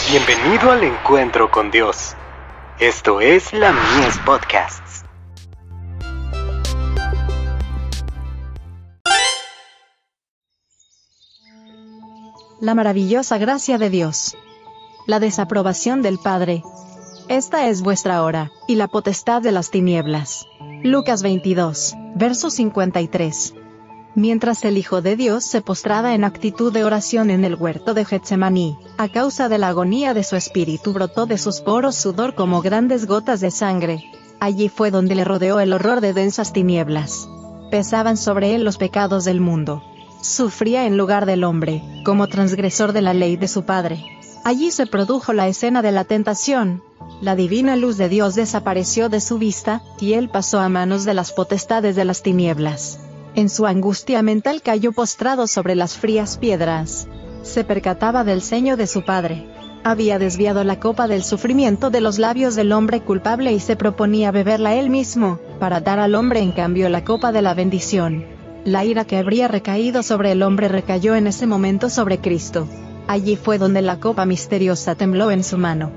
Bienvenido al encuentro con Dios. Esto es la Mies Podcasts. La maravillosa gracia de Dios. La desaprobación del Padre. Esta es vuestra hora, y la potestad de las tinieblas. Lucas 22, verso 53. Mientras el Hijo de Dios se postraba en actitud de oración en el huerto de Getsemaní, a causa de la agonía de su espíritu brotó de sus poros sudor como grandes gotas de sangre. Allí fue donde le rodeó el horror de densas tinieblas. Pesaban sobre él los pecados del mundo. Sufría en lugar del hombre, como transgresor de la ley de su Padre. Allí se produjo la escena de la tentación. La divina luz de Dios desapareció de su vista, y él pasó a manos de las potestades de las tinieblas. En su angustia mental cayó postrado sobre las frías piedras. Se percataba del ceño de su Padre. Había desviado la copa del sufrimiento de los labios del hombre culpable y se proponía beberla él mismo, para dar al hombre en cambio la copa de la bendición. La ira que habría recaído sobre el hombre recayó en ese momento sobre Cristo. Allí fue donde la copa misteriosa tembló en su mano.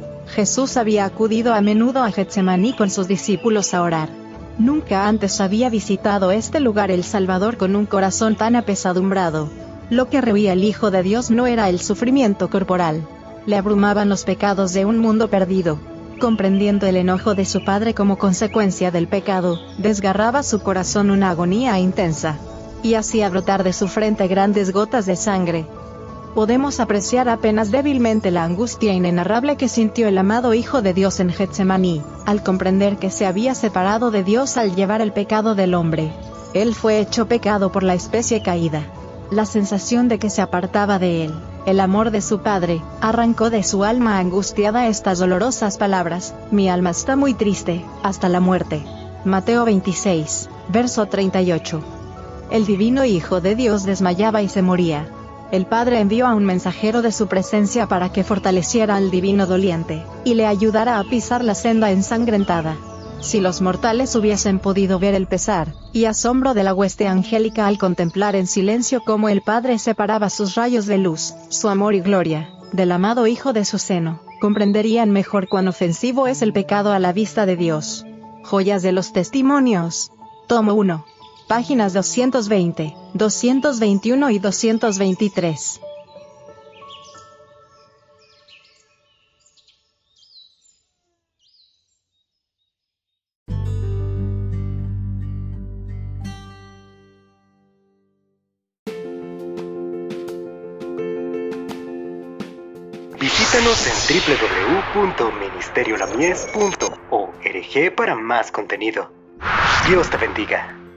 Jesús había acudido a menudo a Getsemaní con sus discípulos a orar. Nunca antes había visitado este lugar el Salvador con un corazón tan apesadumbrado. Lo que rehuía el Hijo de Dios no era el sufrimiento corporal. Le abrumaban los pecados de un mundo perdido. Comprendiendo el enojo de su Padre como consecuencia del pecado, desgarraba su corazón una agonía intensa. Y hacía brotar de su frente grandes gotas de sangre. Podemos apreciar apenas débilmente la angustia inenarrable que sintió el amado Hijo de Dios en Getsemaní, al comprender que se había separado de Dios al llevar el pecado del hombre. Él fue hecho pecado por la especie caída. La sensación de que se apartaba de él, el amor de su Padre, arrancó de su alma angustiada estas dolorosas palabras: mi alma está muy triste, hasta la muerte. Mateo 26, verso 38. El divino Hijo de Dios desmayaba y se moría. El Padre envió a un mensajero de su presencia para que fortaleciera al divino doliente, y le ayudara a pisar la senda ensangrentada. Si los mortales hubiesen podido ver el pesar y asombro de la hueste angélica al contemplar en silencio cómo el Padre separaba sus rayos de luz, su amor y gloria, del amado Hijo de su seno, comprenderían mejor cuán ofensivo es el pecado a la vista de Dios. Joyas de los Testimonios. Tomo 1. Páginas 220, 221 y 223. Visítanos en www.ministeriolamies.org para más contenido. Dios te bendiga.